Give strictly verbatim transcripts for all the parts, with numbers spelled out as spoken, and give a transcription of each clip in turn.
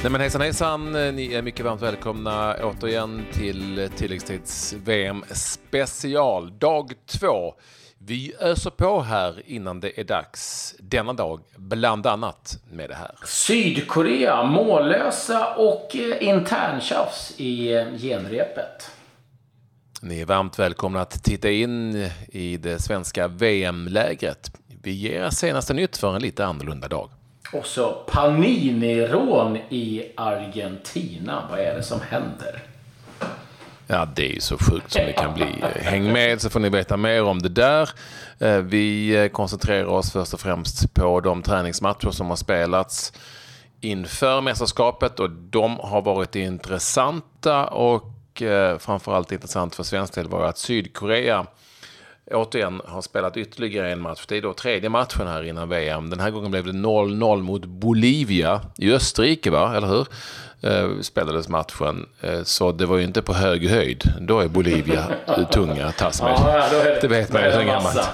Nej men hejsan hejsan, ni är mycket varmt välkomna återigen till tilläggstids V M special, dag två. Vi öser på här innan det är dags denna dag, bland annat med det här. Sydkorea, mållösa och interntjafs i genrepet. Ni är varmt välkomna att titta in i det svenska V M-lägret. Vi ger senaste nytt för en lite annorlunda dag. Och så Panini-rån i Argentina. Vad är det som händer? Ja, det är ju så sjukt som det kan bli. Häng med så får ni veta mer om det där. Vi koncentrerar oss först och främst på de träningsmatcher som har spelats inför mästerskapet. Och de har varit intressanta och framförallt intressant för svensk del var att Sydkorea återigen har spelat ytterligare en match. Det är då tredje matchen här innan V M. Den här gången blev det noll noll mot Bolivia i Österrike, va? Eller hur? Eh, spelades matchen. Eh, så det var ju inte på hög höjd. Då är Bolivia tunga att tas med. Ja, då är det, det vet man ju så gammalt.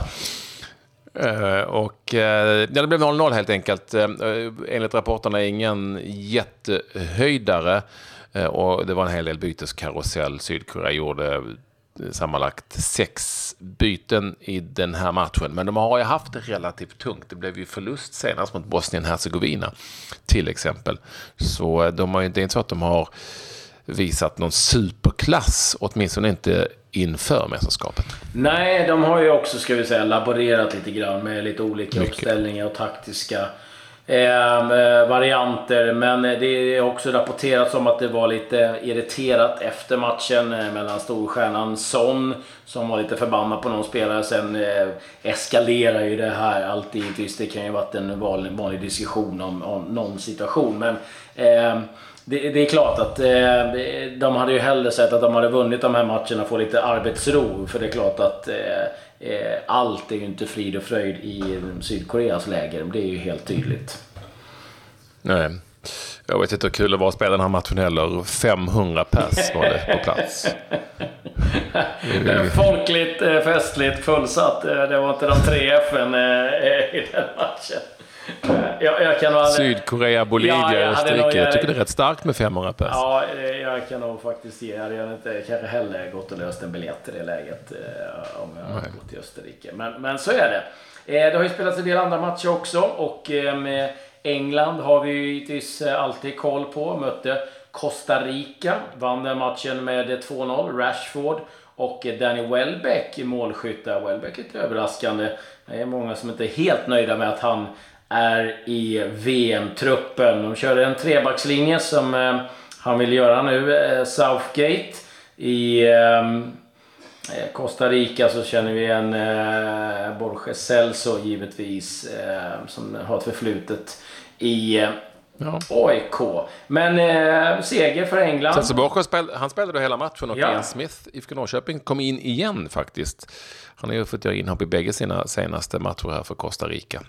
Uh, och uh, ja, det blev noll noll helt enkelt. Uh, enligt rapporterna ingen jättehöjdare. Uh, och det var en hel del byteskarusell. Sydkorea gjorde sammanlagt sex byten i den här matchen. Men de har ju haft det relativt tungt. Det blev ju förlust senast mot Bosnien-Hercegovina till exempel. Så de har ju inte så att de har visat någon superklass, åtminstone inte inför mästerskapet. Nej, de har ju också, ska vi säga, laborerat lite grann med lite olika Mycket. uppställningar och taktiska eh, varianter. Men det är också rapporterats om att det var lite irriterat efter matchen eh, mellan storstjärnan Son, som var lite förbannad på någon spelare. Sen eh, eskalerar ju det här alltid. Visst, det kan ju varit en vanlig, vanlig diskussion om, om någon situation. Men eh, Det, det är klart att eh, de hade ju hellre sett att de hade vunnit de här matcherna och få lite arbetsro. För det är klart att eh, eh, allt är ju inte frid och fröjd i Sydkoreas läger. Det är ju helt tydligt. Nej, jag vet inte hur kul det var att spela den här matchen heller. femhundra pers var det på plats. Folkligt, eh, festligt, fullsatt. Det var inte de tre F:en eh, i den matchen. Jag, jag kan aldrig... Sydkorea, Bolivia, ja, Österrike. nog, jag... jag tycker det är rätt starkt med femhundra pers. Ja, jag kan nog faktiskt ge. Jag hade inte kanske heller gått och löst en biljett i det läget eh, om jag hade Nej. gått till Österrike. Men, men så är det. Eh, det har ju spelats en del andra matcher också. Och eh, med England har vi ju givetvis alltid koll på. Mötte Costa Rica. Vann den matchen med två noll. Rashford och Danny Welbeck i målskytta. Welbeck lite överraskande. Det är många som inte är helt nöjda med att han är i V M-truppen. De körde en trebackslinje som eh, han vill göra nu. Eh, Southgate. I eh, Costa Rica så känner vi en eh, Borja Celso givetvis. Eh, som har ett förflutet i eh, ja. A I K. Men eh, seger för England. Celso Borja spel, han spelade då hela matchen och Ja. Ian Smith i I F K Norrköping kom in igen faktiskt. Han har ju fått göra inhopp i bägge sina senaste matcher här för Costa Rica.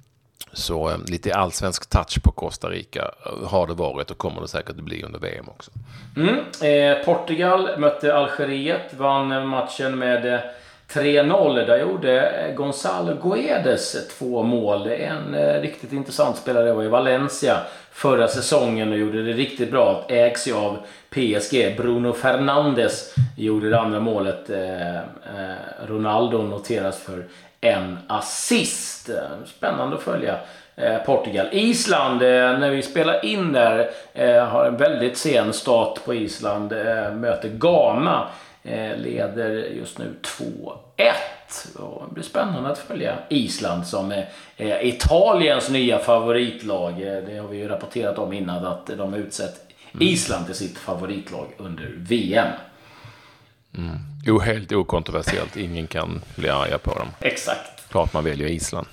Så eh, lite allsvensk touch på Costa Rica har det varit och kommer det säkert att bli under V M också. Mm. Eh, Portugal mötte Algeriet, vann matchen med eh, tre noll. Där gjorde eh, Gonzalo Guedes två mål. En eh, riktigt intressant spelare var i Valencia förra säsongen och gjorde det riktigt bra. Ägs ju av P S G. Bruno Fernandes gjorde det andra målet. Eh, eh, Ronaldo noteras för en assist. Spännande att följa eh, Portugal. Island, eh, när vi spelar in där, eh, har en väldigt sen start på Island. Eh, möter Ghana. Eh, leder just nu två ett. Och det blir spännande att följa Island som är eh, Italiens nya favoritlag. Eh, det har vi ju rapporterat om innan att de har utsett Island till sitt favoritlag under V M. Mm. Jo, helt okontroversiellt. Ingen kan bli arga på dem. Exakt. Klart man väljer Island.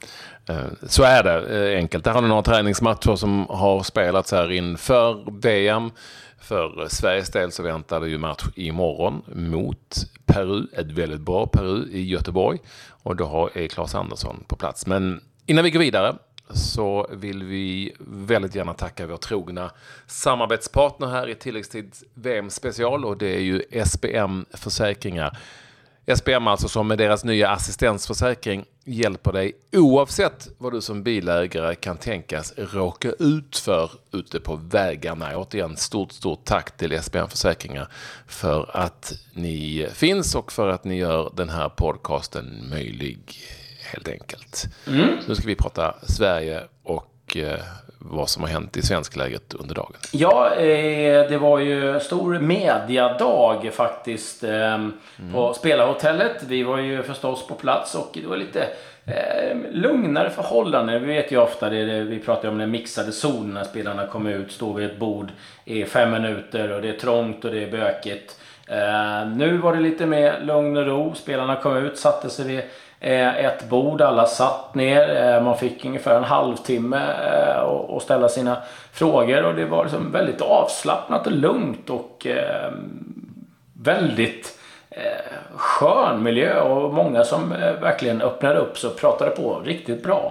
Så är det enkelt. Där har ni några träningsmatcher som har spelats här inför V M. För Sveriges del så väntar det ju match imorgon mot Peru. Ett väldigt bra Peru i Göteborg. Och då har Claes Andersson på plats. Men innan vi går vidare så vill vi väldigt gärna tacka vår trogna samarbetspartner här i tilläggstid V M special, och det är ju S B M Försäkringar. S P M alltså, som med deras nya assistensförsäkring hjälper dig oavsett vad du som bilägare kan tänkas råka ut för ute på vägarna. Återigen, stort, stort tack till S P M Försäkringar för att ni finns och för att ni gör den här podcasten möjlig, helt enkelt. Mm. Så nu ska vi prata Sverige och eh, vad som har hänt i svenskläget under dagen. Ja, eh, det var ju stor mediadag faktiskt eh, mm. på spelarhotellet. Vi var ju förstås på plats och det var lite eh, lugnare förhållanden. Vi vet ju ofta, det, det, vi pratar om den mixade zonen när spelarna kommer ut, står vid ett bord i fem minuter och det är trångt och det är bökigt. Eh, nu var det lite mer lugn och ro. Spelarna kom ut, satte sig vid ett bord, alla satt ner, man fick ungefär en halvtimme att ställa sina frågor och det var liksom väldigt avslappnat och lugnt och väldigt skön miljö och många som verkligen öppnade upp så pratade på riktigt bra.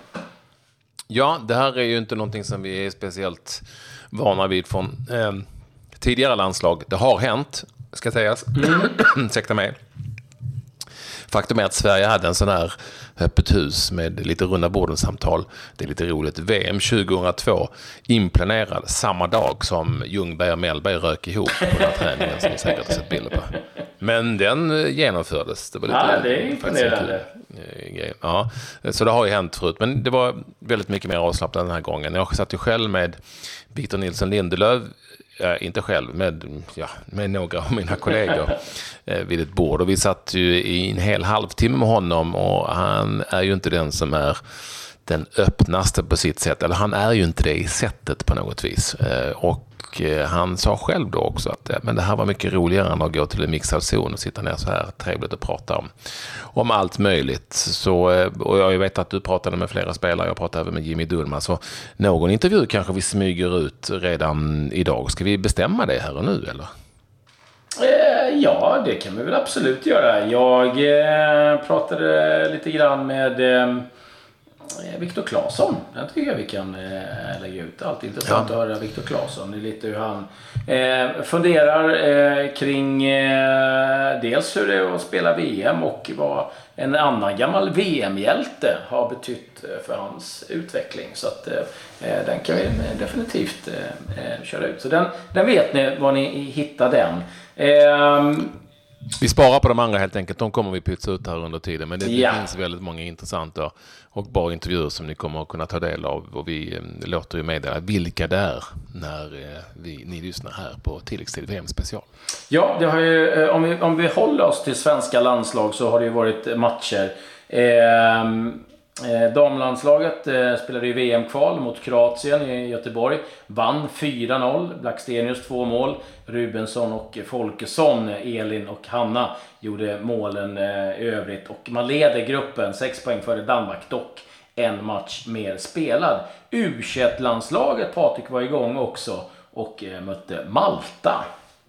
Ja, det här är ju inte någonting som vi är speciellt vana vid från eh, tidigare landslag. Det har hänt, ska sägas. Mm. Ursäkta mig. Faktum är att Sverige hade en sån här öppet hus med lite runda bordensamtal. Det är lite roligt. V M tjugohundratvå inplanerad samma dag som Ljungberg och Mellberg rök ihop på den här träningen som ni säkert har sett bilder på. Men den genomfördes. Det var lite, ja, det är imponerande. Ja, så det har ju hänt förut. Men det var väldigt mycket mer avslappnat den här gången. Jag satt ju själv med Victor Nilsson Lindelöf. Äh, inte själv, med, ja, med några av mina kollegor eh, vid ett bord. Och vi satt ju i en hel halvtimme med honom och han är ju inte den som är den öppnaste på sitt sätt. Eller han är ju inte det i sättet på något vis. Eh, och eh, han sa själv då också att eh, men det här var mycket roligare än att gå till en mixad zon och sitta ner så här trevligt och prata om, om allt möjligt. Så, eh, och jag vet att du pratade med flera spelare, jag pratade även med Jimmy Dullman. Så någon intervju kanske vi smyger ut redan idag. Ska vi bestämma det här och nu eller? Eh, ja, det kan vi väl absolut göra. Jag eh, pratade lite grann med eh, Viktor Claesson. Jag tycker jag vi kan eh, lägga ut. Allt intressant ja. att höra Viktor Claesson. Det är lite hur han eh, funderar eh, kring eh, dels hur det är att spela V M och vad en annan gammal V M-hjälte har betytt för hans utveckling. Så att eh, den kan vi definitivt eh, köra ut. Så den, den vet ni var ni hittar den. Eh, Vi sparar på de andra helt enkelt. De kommer vi pytsa ut här under tiden. Men det, ja. det finns väldigt många intressanta och bra intervjuer som ni kommer att kunna ta del av. Och vi eh, låter ju meddela vilka det är när eh, vi, ni lyssnar här på tilläggstid V M-special. Ja, det har ju, eh, om, vi, om vi håller oss till svenska landslag så har det ju varit matcher. Eh, Eh, damlandslaget eh, spelade ju V M-kval mot Kroatien i Göteborg. Vann fyra noll. Blackstenius två mål. Rubensson och Folkesson, Elin och Hanna gjorde målen eh, i övrigt. Och man leder gruppen sex poäng före Danmark. Dock en match mer spelad. U tjugoett-landslaget, Patrik, var igång också och eh, mötte Malta.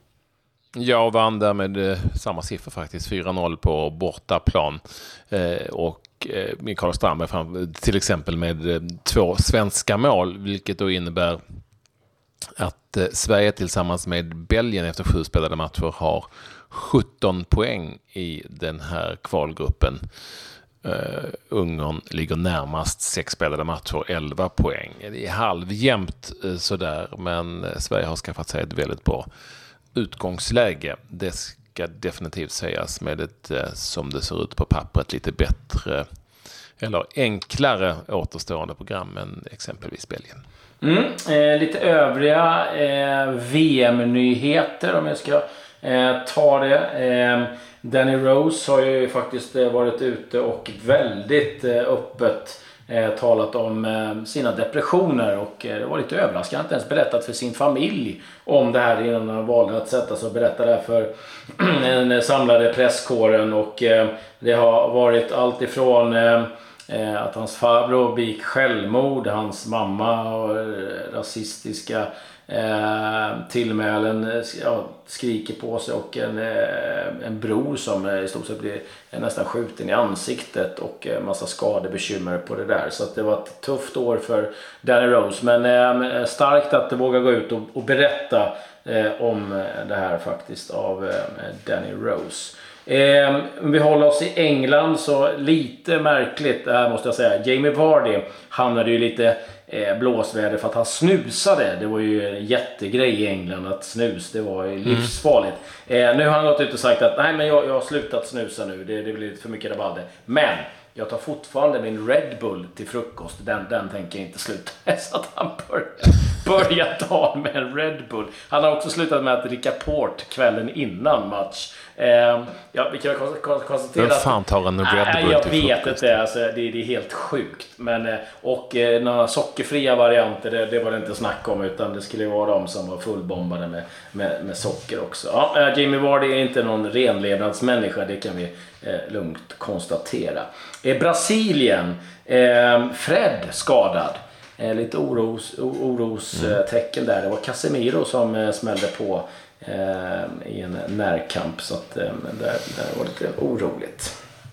Jag vann där med eh, samma siffra faktiskt. fyra noll på bortaplan. Eh, och Mikael Strandberg fram, till exempel med två svenska mål, vilket då innebär att eh, Sverige tillsammans med Belgien efter sju spelade matcher har sjutton poäng i den här kvalgruppen. Uh, Ungern ligger närmast sex spelade matcher, elva poäng. Det är halvjämnt uh, sådär, men uh, Sverige har skaffat sig ett väldigt bra utgångsläge. Det ska definitivt sägas med ett, uh, som det ser ut på pappret, lite bättre eller enklare återstående program än exempelvis Belgien. Mm, eh, lite övriga eh, V M-nyheter om jag ska eh, ta det. Eh, Danny Rose har ju faktiskt eh, varit ute och väldigt eh, öppet eh, talat om eh, sina depressioner och eh, det var lite överraskande. Han inte ens berättat för sin familj om det här innan han valde att sätta sig och berätta det för den samlade presskåren och eh, det har varit allt ifrån eh, att hans farbror begick självmord, hans mamma och rasistiska eh, tillmälen ja, skriker på sig och en, eh, en bror som i stort sett blir nästan skjuten i ansiktet och en massa skadebekymmer på det där. Så att det var ett tufft år för Danny Rose, men eh, starkt att det vågar gå ut och, och berätta eh, om det här faktiskt av eh, Danny Rose. Eh, vi håller oss i England, så lite märkligt det här måste jag säga. Jamie Vardy hamnade ju lite eh, blåsväder för att han snusade. Det var ju en jättegrej i England att snus, det var ju livsfarligt. Eh, nu har han gått ut och sagt att nej, men jag, jag har slutat snusa nu, det, det blir för mycket rabalder. Men jag tar fortfarande min Red Bull till frukost. Den, den tänker jag inte sluta. Så att han börjar, börjar ta med en Red Bull. Han har också slutat med att dricka port kvällen innan match. Eh, ja, vi kan konstatera Vem fan tar en Red Bull jag till vet frukost? inte, alltså, det, det är helt sjukt. Men, och eh, några sockerfria varianter, det, det var det inte snack om. Utan det skulle vara de som var fullbombade med, med, med socker också. Ja, Jamie Vardy är inte någon renlevnadsmänniska, det kan vi eh, lugnt konstatera. Eh, Brasilien, eh, Fred skadad. Eh, lite oros, orostecken mm. där. Det var Casemiro som eh, smällde på eh, i en närkamp. Så att, eh, där, där var det lite oroligt.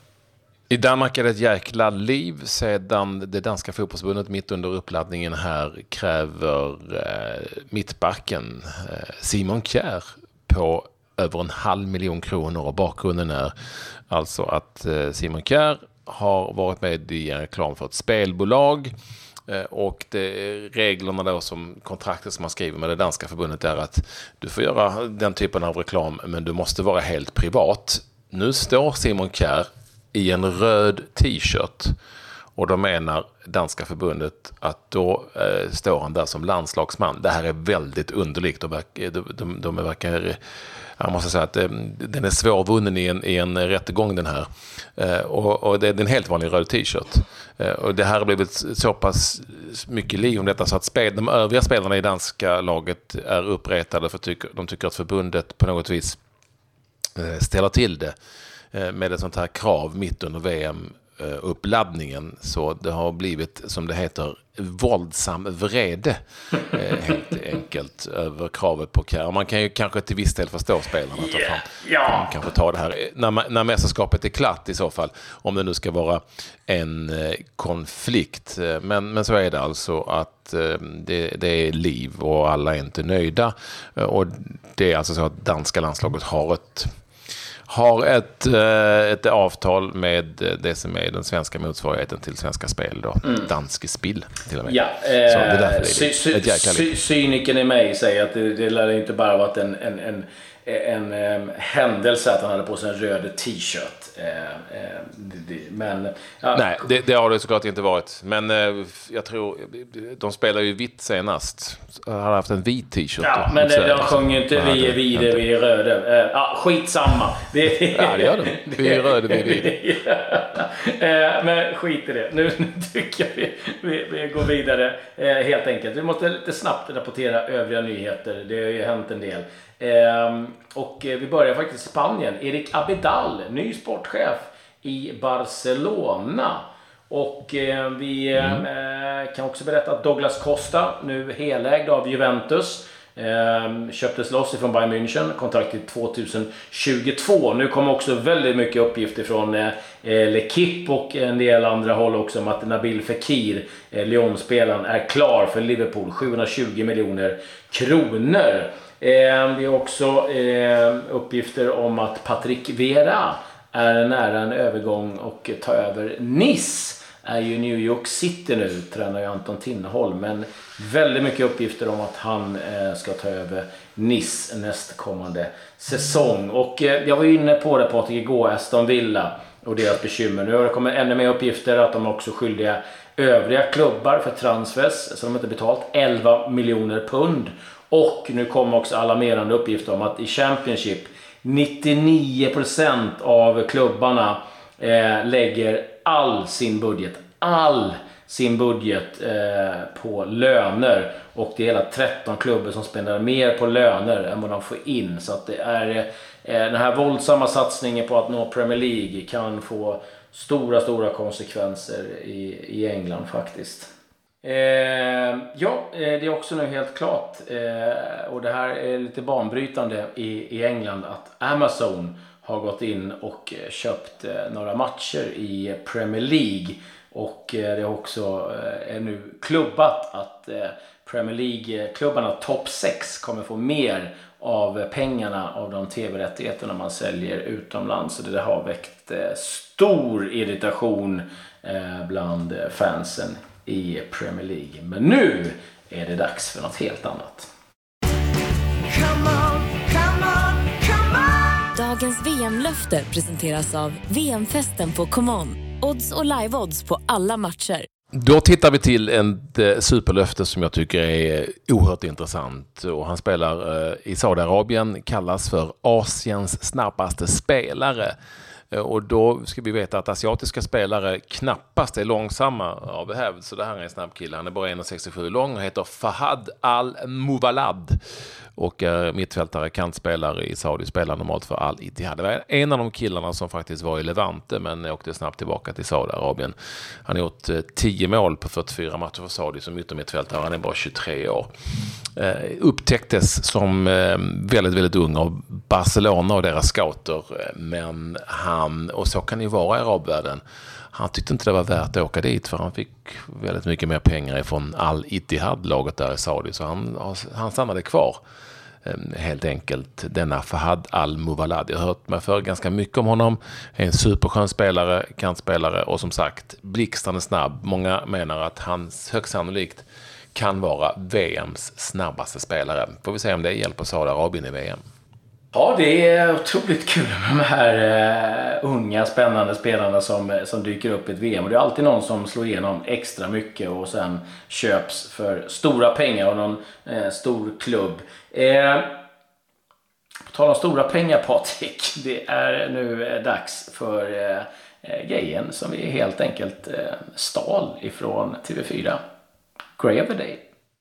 I Danmark är det ett jäkla liv sedan det danska fotbollsförbundet mitt under uppladdningen här kräver eh, mittbacken eh, Simon Kjær på över en halv miljon kronor. Och bakgrunden är alltså att eh, Simon Kjær har varit med i en reklam för ett spelbolag. Och det, reglerna då som kontraktet som man skriver med det danska förbundet är att du får göra den typen av reklam, men du måste vara helt privat. Nu står Simon Kjær i en röd t-shirt och då menar danska förbundet att då eh, står han där som landslagsman. Det här är väldigt underligt och verkar, de, de, de verkar... Jag måste säga att eh, den är svårvunnen i en, i en rättegång den här. Eh, och, och det är en helt vanlig röd t-shirt. Eh, och det här har blivit så pass mycket liv om detta så att spel, de övriga spelarna i danska laget är uppretade för tycker, de tycker att förbundet på något vis eh, ställer till det eh, med ett sånt här krav mitt under V M-uppladdningen. Så det har blivit, som det heter, våldsam vrede eh, helt enkelt över kravet på Kjær. Man kan ju kanske till viss del förstå spelarna att yeah. fan, ja. man kanske ta det här när, när mästerskapet är klart i så fall, om det nu ska vara en eh, konflikt. Men, men så är det alltså att eh, det, det är liv och alla är inte nöjda. Och det är alltså så att danska landslaget har ett har ett, ett avtal med det som är den svenska motsvarigheten till Svenska Spel då. Mm. Danske Spil till och med. Ja, eh, så det är därför det är sy- ett jäkla sy- cyniken i mig säger att det, det lär inte bara varit en, en, en, en, en händelse att han hade på sig en röd t-shirt. Eh, eh, det, det, men, ja. Nej, det, det har det såklart inte varit. Men eh, jag tror, de spelar ju vitt senast. Jag har haft en vit t-shirt. Ja, men det, de sjöng ju inte vi är vide, vi är röda. Eh, ah, skitsamma. Det, ja, det gör de. Vi är röda, vi är vide. eh, men skit i det. Nu, nu tycker jag vi, vi, vi går vidare. Eh, helt enkelt. Vi måste lite snabbt rapportera övriga nyheter. Det har ju hänt en del. Eh, och vi börjar faktiskt i Spanien. Erik Abidal, ny sportchef i Barcelona. Och eh, vi mm. eh, kan också berätta att Douglas Costa, nu helägd av Juventus, eh, köptes loss ifrån Bayern München, kontrakt till tjugohundratjugotvå. Nu kommer också väldigt mycket uppgifter från eh, L'Equipe och en del andra håll också om att Nabil Fekir, eh, Lyon-spelaren, är klar för Liverpool. sjuhundratjugo miljoner kronor. Eh, det är också eh, uppgifter om att Patrick Vieira är nära en övergång och ta över Nice. Är ju New York City nu, tränar ju Anton Tinnerholm. Men väldigt mycket uppgifter om att han eh, ska ta över Nice nästkommande säsong. Och eh, jag var ju inne på det, Patrik, igår, Aston Villa och deras bekymmer. Nu har det kommit ännu mer uppgifter att de också skyldiga övriga klubbar för transfers, så de har inte betalt elva miljoner pund. Och nu kommer också alarmerande uppgifter om att i Championship nittionio procent av klubbarna eh, lägger all sin budget, all sin budget eh, på löner. Och det är hela tretton klubbar som spenderar mer på löner än vad de får in. Så att det är eh, den här våldsamma satsningen på att nå Premier League kan få stora, stora konsekvenser i, i England faktiskt. Eh, ja, det är också nu helt klart eh, och det här är lite banbrytande i, i England att Amazon har gått in och köpt eh, några matcher i Premier League och eh, det är också eh, är nu klubbat att eh, Premier League-klubbarna topp sex kommer få mer av pengarna av de tv-rättigheterna man säljer utomlands. Så det har väckt stor irritation bland fansen i Premier League. Men nu är det dags för något helt annat. Come on, come on, come on. Dagens V M-löfte presenteras av V M-festen på Common. Odds och live-odds på alla matcher. Då tittar vi till en superlöfte som jag tycker är oerhört intressant. Och han spelar eh, i Saudiarabien, kallas för Asiens snabbaste spelare. Och då ska vi veta att asiatiska spelare knappast är långsamma av hävd. Så det här är en snabb kille. Han är bara en komma sextiosju lång och heter Fahad Al-Muwallad. Och är mittfältare, kantspelare i Saudi, spelar normalt för Al-Ittihad. Det var en av de killarna som faktiskt var i Levante men åkte snabbt tillbaka till Saudiarabien. Han har gjort tio mål på fyrtiofyra matcher för Saudi som yttermittfältare. Han är bara tjugotre år. Eh, upptäcktes som eh, väldigt, väldigt ung av Barcelona och deras scouter. Men han, och så kan det ju vara i arabvärlden, han tyckte inte det var värt att åka dit för han fick väldigt mycket mer pengar från Al-Ittihad-laget där i Saudi. Så han, han stannade kvar helt enkelt, denna Fahad Al-Muwallad. Jag har hört mig för ganska mycket om honom. En superskön spelare, kantspelare och som sagt blixtrande snabb. Många menar att han högst sannolikt kan vara V M:s snabbaste spelare. Får vi se om det hjälper Saudiarabien i V M. Ja, det är otroligt kul med de här uh, unga spännande spelarna som, som dyker upp i ett V M. Och det är alltid någon som slår igenom extra mycket och sen köps för stora pengar av någon uh, stor klubb. Uh, på tal om stora pengar, Patrik, det är nu uh, dags för uh, uh, grejen som vi helt enkelt uh, stal ifrån T V fyra. Gray of the Day.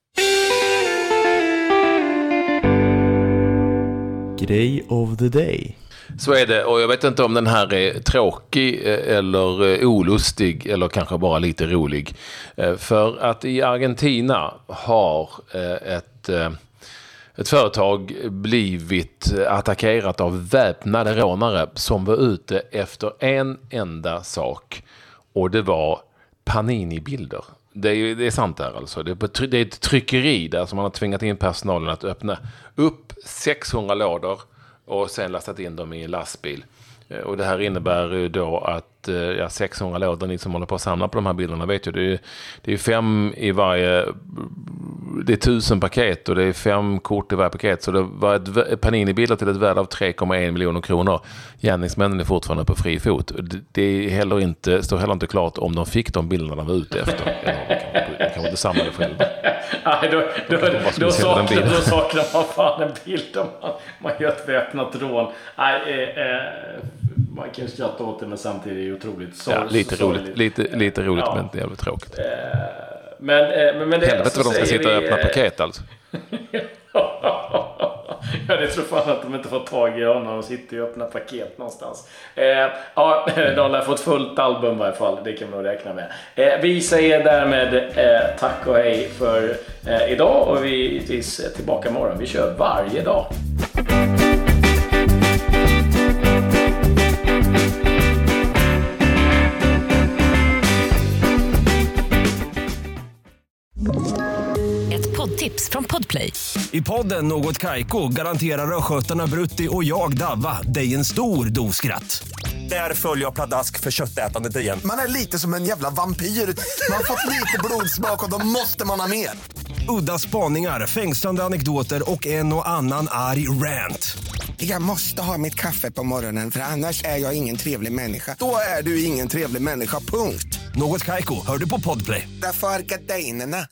Grej of the day. Så är det, och jag vet inte om den här är tråkig eller olustig eller kanske bara lite rolig. För att i Argentina har ett, ett företag blivit attackerat av väpnade rånare som var ute efter en enda sak. Och det var Panini-bilder. Det är, det är sant där alltså. Det är, det är ett tryckeri där som man har tvingat in personalen att öppna upp sexhundra lådor och sen lastat in dem i en lastbil. Och det här innebär då att ja, sexhundra lådor, ni som håller på att samla på de här bilderna vet ju, det är, det är fem i varje, det är tusen paket och det är fem kort i varje paket. Så det var ett Panini-bilder till ett värde av tre komma en miljoner kronor. Gärningsmännen är fortfarande på fri fot. Det är heller inte, står heller inte klart om de fick de bilderna de var ute efter. Eller de kanske inte samlade själva. Nej, då, då, då, då, saknar, då saknar man fan en bild om man, man gör ett väpnat rån. Nej, eh, eh, man kan skratta åt det men samtidigt är det otroligt sorg, ja, lite sorg, roligt, lite, lite roligt ja. Men inte jävligt tråkigt. Eh, men, eh, men, men det helvete vad de ska sitta och öppna paket alltså. Ja, det tror fan att de inte får tag i honom och sitter och öppnar paket någonstans. Eh, ja, de har fått fullt album i varje fall, det kan man nog räkna med. Eh, vi säger därmed eh, tack och hej för eh, idag och vi är tillbaka imorgon. Vi kör varje dag. Tips från Podplay. I podden Något Kaiko garanterar röskötarna Brutti och jag Davva dig en stor doskratt. Där följer jag pladask för köttätandet igen. Man är lite som en jävla vampyr. Man har fått lite blodsmak och då måste man ha mer. Udda spaningar, fängslande anekdoter och en och annan arg rant. Jag måste ha mitt kaffe på morgonen för annars är jag ingen trevlig människa. Då är du ingen trevlig människa, punkt. Något Kaiko, hör du på Podplay. Därför är gardinerna.